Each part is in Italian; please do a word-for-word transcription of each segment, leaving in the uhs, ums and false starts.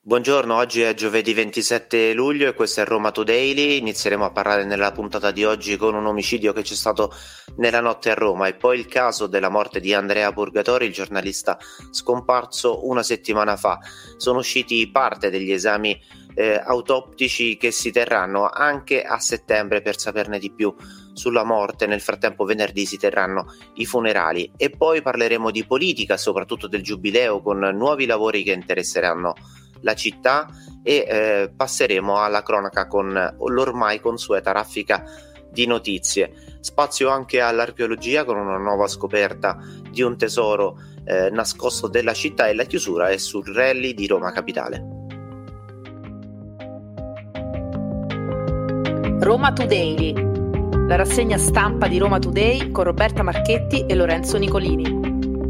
Buongiorno, oggi è giovedì ventisette luglio e questo è Roma Today. Inizieremo a parlare nella puntata di oggi con un omicidio che c'è stato nella notte a Roma e poi il caso della morte di Andrea Purgatori, il giornalista scomparso una settimana fa. Sono usciti parte degli esami eh, autoptici che si terranno anche a settembre per saperne di più sulla morte. Nel frattempo venerdì si terranno i funerali e poi parleremo di politica, soprattutto del giubileo, con nuovi lavori che interesseranno la città e eh, passeremo alla cronaca con l'ormai consueta raffica di notizie. Spazio anche all'archeologia con una nuova scoperta di un tesoro eh, nascosto della città e la chiusura è sul rally di Roma Capitale. Roma Today, la rassegna stampa di Roma Today con Roberta Marchetti e Lorenzo Nicolini.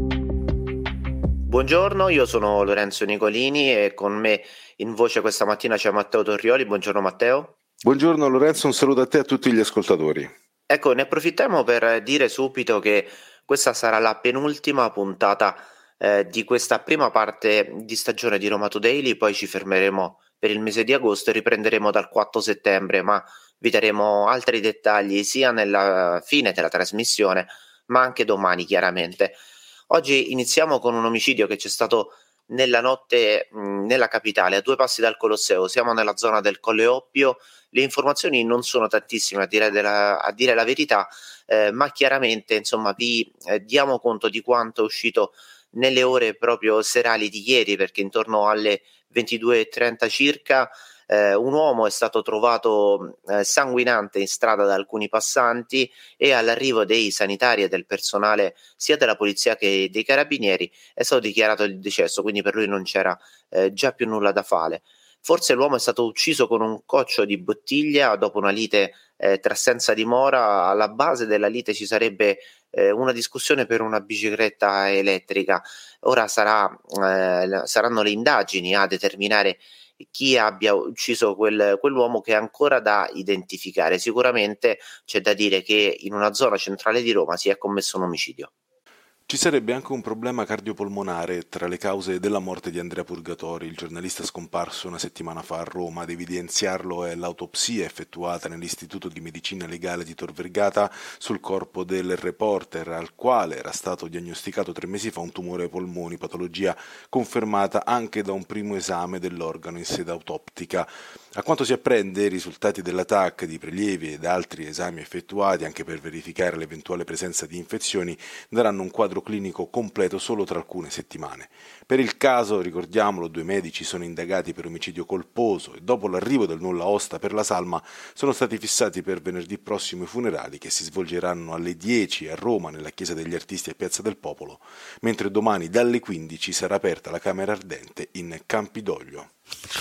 Buongiorno, io sono Lorenzo Nicolini e con me in voce questa mattina c'è Matteo Torrioli. Buongiorno Matteo. Buongiorno Lorenzo, un saluto a te e a tutti gli ascoltatori. Ecco, ne approfittiamo per dire subito che questa sarà la penultima puntata eh, di questa prima parte di stagione di Roma Today, poi ci fermeremo per il mese di agosto e riprenderemo dal quattro settembre, ma vi daremo altri dettagli sia nella fine della trasmissione, ma anche domani chiaramente. Oggi iniziamo con un omicidio che c'è stato nella notte mh, nella capitale, a due passi dal Colosseo. Siamo nella zona del Colle Oppio. Le informazioni non sono tantissime a dire, della, a dire la verità, eh, ma chiaramente insomma vi eh, diamo conto di quanto è uscito nelle ore proprio serali di ieri, perché intorno alle ventidue e trenta circa eh, un uomo è stato trovato eh, sanguinante in strada da alcuni passanti e all'arrivo dei sanitari e del personale sia della polizia che dei carabinieri è stato dichiarato il decesso, quindi per lui non c'era eh, già più nulla da fare. Forse l'uomo è stato ucciso con un coccio di bottiglia dopo una lite eh, tra senza dimora. Alla base della lite ci sarebbe eh, una discussione per una bicicletta elettrica. Ora sarà, eh, saranno le indagini a determinare chi abbia ucciso quel, quell'uomo, che è ancora da identificare. Sicuramente c'è da dire che in una zona centrale di Roma si è commesso un omicidio. Ci sarebbe anche un problema cardiopolmonare tra le cause della morte di Andrea Purgatori, il giornalista scomparso una settimana fa a Roma. Ad evidenziarlo è l'autopsia effettuata nell'Istituto di Medicina Legale di Tor Vergata sul corpo del reporter, al quale era stato diagnosticato tre mesi fa un tumore ai polmoni, patologia confermata anche da un primo esame dell'organo in sede autoptica. A quanto si apprende, i risultati della T A C, di prelievi ed altri esami effettuati anche per verificare l'eventuale presenza di infezioni daranno un quadro clinico completo solo tra alcune settimane. Per il caso, ricordiamolo, due medici sono indagati per omicidio colposo e dopo l'arrivo del nulla osta per la salma sono stati fissati per venerdì prossimo i funerali, che si svolgeranno alle dieci a Roma nella Chiesa degli Artisti a Piazza del Popolo, mentre domani dalle quindici sarà aperta la Camera Ardente in Campidoglio.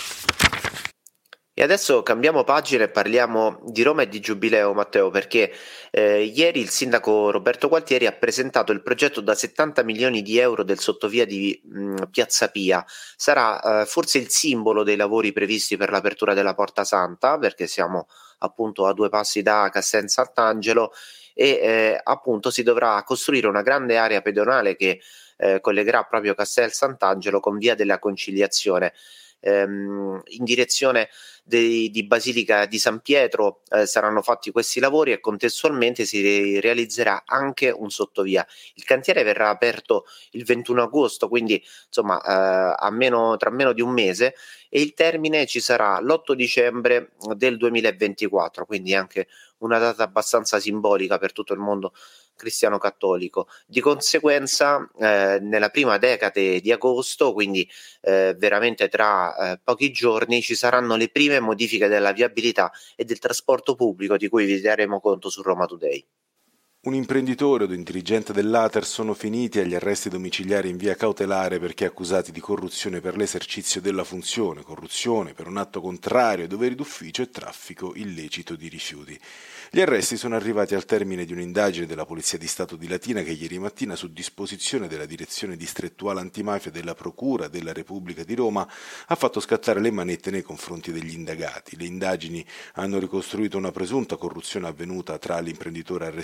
E adesso cambiamo pagina e parliamo di Roma e di Giubileo, Matteo, perché eh, ieri il sindaco Roberto Gualtieri ha presentato il progetto da settanta milioni di euro del sottovia di mh, Piazza Pia. Sarà eh, forse il simbolo dei lavori previsti per l'apertura della Porta Santa, perché siamo appunto a due passi da Castel Sant'Angelo e eh, appunto si dovrà costruire una grande area pedonale che eh, collegherà proprio Castel Sant'Angelo con Via della Conciliazione. In direzione dei, di Basilica di San Pietro eh, saranno fatti questi lavori e contestualmente si realizzerà anche un sottovia. Il cantiere verrà aperto il ventuno agosto, quindi insomma eh, a meno, tra meno di un mese, e il termine ci sarà l'otto dicembre del duemilaventiquattro, quindi anche una data abbastanza simbolica per tutto il mondo cristiano cattolico. Di conseguenza eh, nella prima decade di agosto, quindi eh, veramente tra eh, pochi giorni, ci saranno le prime modifiche della viabilità e del trasporto pubblico di cui vi daremo conto su Roma Today. Un imprenditore ed un dirigente dell'A T E R sono finiti agli arresti domiciliari in via cautelare perché accusati di corruzione per l'esercizio della funzione, corruzione per un atto contrario ai doveri d'ufficio e traffico illecito di rifiuti. Gli arresti sono arrivati al termine di un'indagine della Polizia di Stato di Latina che ieri mattina, su disposizione della Direzione Distrettuale Antimafia della Procura della Repubblica di Roma, ha fatto scattare le manette nei confronti degli indagati. Le indagini hanno ricostruito una presunta corruzione avvenuta tra l'imprenditore arrestato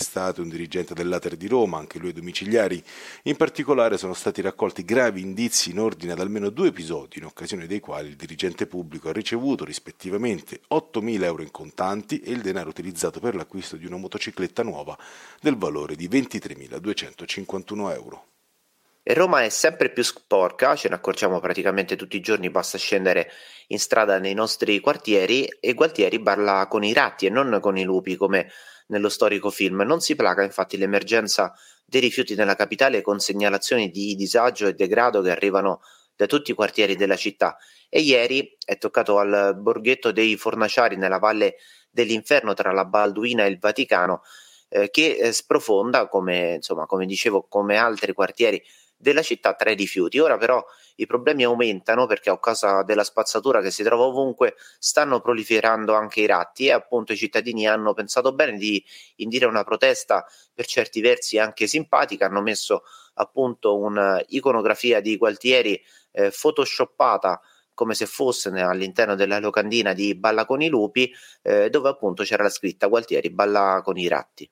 un dirigente dell'Ater di Roma, anche lui ai domiciliari. In particolare sono stati raccolti gravi indizi in ordine ad almeno due episodi, in occasione dei quali il dirigente pubblico ha ricevuto rispettivamente ottomila euro in contanti e il denaro utilizzato per l'acquisto di una motocicletta nuova del valore di ventitremiladuecentocinquantuno euro. E Roma è sempre più sporca, ce ne accorgiamo praticamente tutti i giorni, basta scendere in strada nei nostri quartieri e Gualtieri parla con i ratti e non con i lupi come nello storico film. Non si placa infatti l'emergenza dei rifiuti nella capitale con segnalazioni di disagio e degrado che arrivano da tutti i quartieri della città. E ieri è toccato al borghetto dei Fornaciari nella valle dell'Inferno tra la Balduina e il Vaticano, eh, che eh, sprofonda, come, insomma, come dicevo, come altri quartieri della città tra i rifiuti. Ora però i problemi aumentano perché a causa della spazzatura che si trova ovunque stanno proliferando anche i ratti e appunto i cittadini hanno pensato bene di indire una protesta per certi versi anche simpatica. Hanno messo appunto un'iconografia di Gualtieri eh, photoshoppata come se fosse all'interno della locandina di Balla con i lupi, eh, dove appunto c'era la scritta Gualtieri balla con i ratti.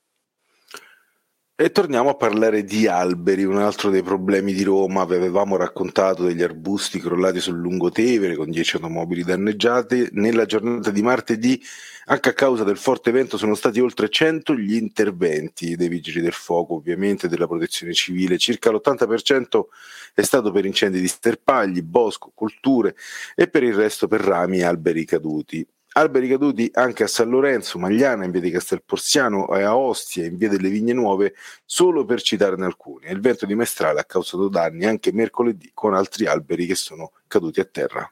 E torniamo a parlare di alberi, un altro dei problemi di Roma. Vi avevamo raccontato degli arbusti crollati sul Lungotevere con dieci automobili danneggiate. Nella giornata di martedì, anche a causa del forte vento, sono stati oltre cento gli interventi dei vigili del fuoco, ovviamente della protezione civile. Circa l'ottanta per cento è stato per incendi di sterpagli, bosco, colture e per il resto per rami e alberi caduti. Alberi caduti anche a San Lorenzo, Magliana, in via di Castelporziano e a Ostia, in via delle Vigne Nuove, solo per citarne alcuni. E il vento di Maestrale ha causato danni anche mercoledì con altri alberi che sono caduti a terra.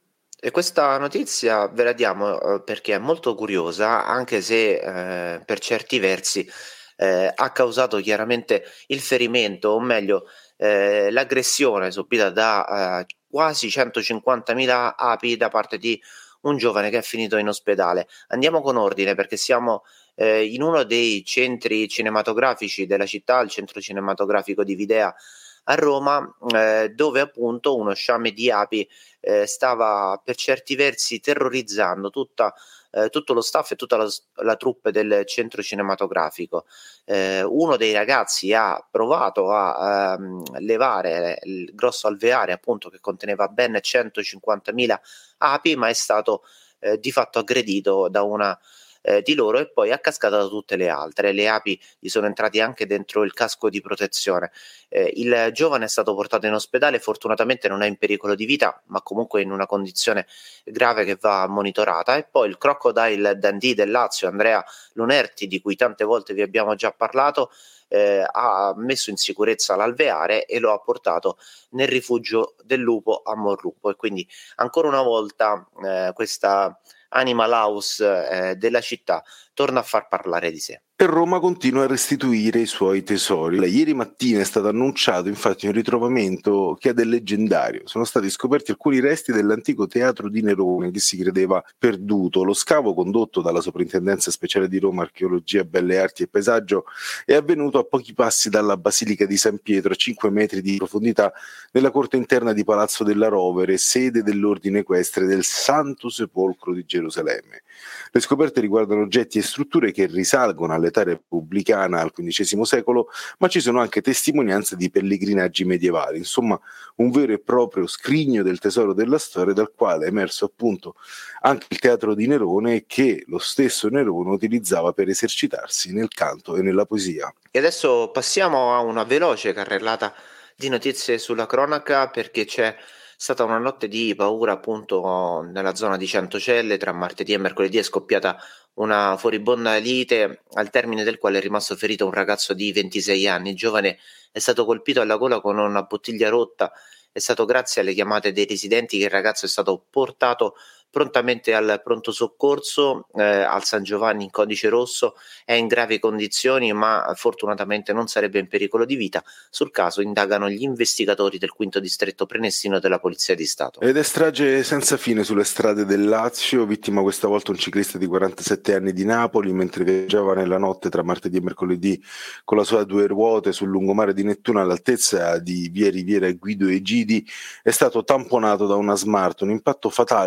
E questa notizia ve la diamo eh, perché è molto curiosa, anche se eh, per certi versi eh, ha causato chiaramente il ferimento, o meglio eh, l'aggressione subita da eh, quasi centocinquantamila api da parte di un giovane che è finito in ospedale. Andiamo con ordine perché siamo eh, in uno dei centri cinematografici della città, il centro cinematografico di Videa a Roma, eh, dove appunto uno sciame di api eh, stava per certi versi terrorizzando tutta, eh, tutto lo staff e tutta la, la troupe del centro cinematografico. Eh, uno dei ragazzi ha provato a ehm, levare il grosso alveare appunto che conteneva ben centocinquantamila api, ma è stato eh, di fatto aggredito da una eh, di loro e poi a cascata da tutte le altre. Le api gli sono entrati anche dentro il casco di protezione. Eh, il giovane è stato portato in ospedale, fortunatamente non è in pericolo di vita, ma comunque in una condizione grave che va monitorata. E poi il Crocodile Dundee del Lazio, Andrea Lunerti, di cui tante volte vi abbiamo già parlato, eh, ha messo in sicurezza l'alveare e lo ha portato nel rifugio del lupo a Morlupo. E quindi ancora una volta eh, questa Animal House eh, della città torna a far parlare di sé. E Roma continua a restituire i suoi tesori. Ieri mattina è stato annunciato infatti un ritrovamento che ha del leggendario. Sono stati scoperti alcuni resti dell'antico teatro di Nerone che si credeva perduto. Lo scavo condotto dalla Soprintendenza Speciale di Roma Archeologia, Belle Arti e Paesaggio è avvenuto a pochi passi dalla Basilica di San Pietro, a cinque metri di profondità, nella corte interna di Palazzo della Rovere, sede dell'ordine equestre del Santo Sepolcro di Gerusalemme. Le scoperte riguardano oggetti e strutture che risalgono all'età repubblicana al quindicesimo secolo, ma ci sono anche testimonianze di pellegrinaggi medievali, insomma un vero e proprio scrigno del tesoro della storia, dal quale è emerso appunto anche il teatro di Nerone che lo stesso Nerone utilizzava per esercitarsi nel canto e nella poesia. E adesso passiamo a una veloce carrellata di notizie sulla cronaca, perché c'è stata una notte di paura appunto nella zona di Centocelle. Tra martedì e mercoledì è scoppiata una furibonda lite, al termine del quale è rimasto ferito un ragazzo di ventisei anni. Il giovane è stato colpito alla gola con una bottiglia rotta. È stato grazie alle chiamate dei residenti che il ragazzo è stato portato prontamente al pronto soccorso eh, al San Giovanni in codice rosso. È in gravi condizioni, ma fortunatamente non sarebbe in pericolo di vita. Sul caso indagano gli investigatori del quinto distretto prenestino della Polizia di Stato. Ed è strage senza fine sulle strade del Lazio, vittima questa volta un ciclista di quarantasette anni di Napoli mentre viaggiava nella notte tra martedì e mercoledì con la sua due ruote sul lungomare di Nettuno all'altezza di via Riviera Guido Egidi. È stato tamponato da una Smart, un impatto fatale per l'uomo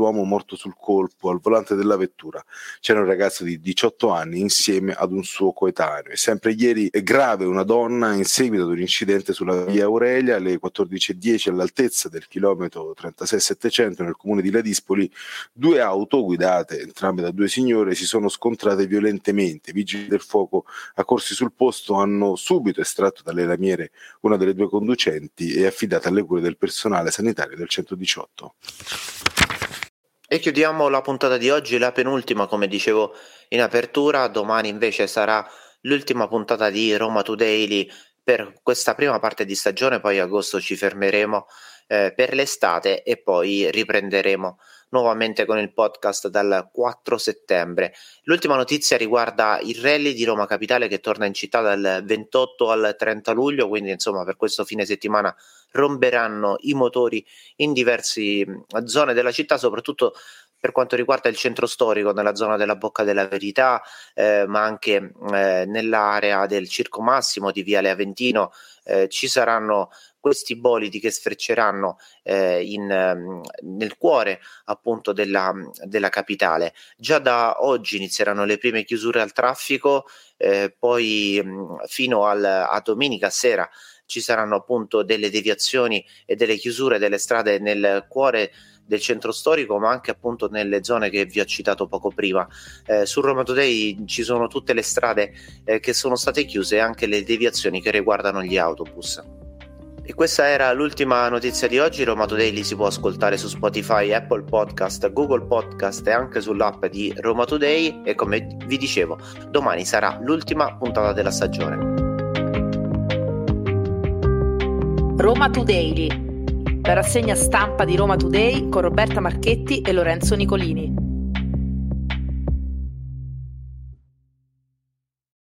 l'uomo morto sul colpo al volante della vettura. C'era un ragazzo di diciotto anni insieme ad un suo coetaneo. E sempre ieri è grave una donna in seguito ad un incidente sulla via Aurelia alle quattordici e dieci all'altezza del chilometro trentasei settecento nel comune di Ladispoli. Due auto guidate entrambe da due signore si sono scontrate violentemente. I vigili del fuoco accorsi sul posto hanno subito estratto dalle lamiere una delle due conducenti e affidata alle cure del personale sanitario del centodiciotto. E chiudiamo la puntata di oggi, la penultima, come dicevo in apertura. Domani invece sarà l'ultima puntata di Roma Today per questa prima parte di stagione, poi agosto ci fermeremo eh, per l'estate e poi riprenderemo nuovamente con il podcast dal quattro settembre. L'ultima notizia riguarda il rally di Roma Capitale che torna in città dal ventotto al trenta luglio, quindi insomma per questo fine settimana romperanno i motori in diverse zone della città, soprattutto per quanto riguarda il centro storico, nella zona della Bocca della Verità, eh, ma anche eh, nell'area del Circo Massimo di Viale Aventino. Eh, ci saranno questi bolidi che sfrecceranno eh, in, nel cuore appunto della, della capitale. Già da oggi inizieranno le prime chiusure al traffico, eh, poi mh, fino al, a domenica sera ci saranno appunto delle deviazioni e delle chiusure delle strade nel cuore del centro storico, ma anche appunto nelle zone che vi ho citato poco prima. Eh, su Roma Today ci sono tutte le strade eh, che sono state chiuse e anche le deviazioni che riguardano gli autobus. E questa era l'ultima notizia di oggi. Roma Today li si può ascoltare su Spotify, Apple Podcast, Google Podcast e anche sull'app di Roma Today, e come vi dicevo domani sarà l'ultima puntata della stagione. Roma Today, la rassegna stampa di Roma Today con Roberta Marchetti e Lorenzo Nicolini.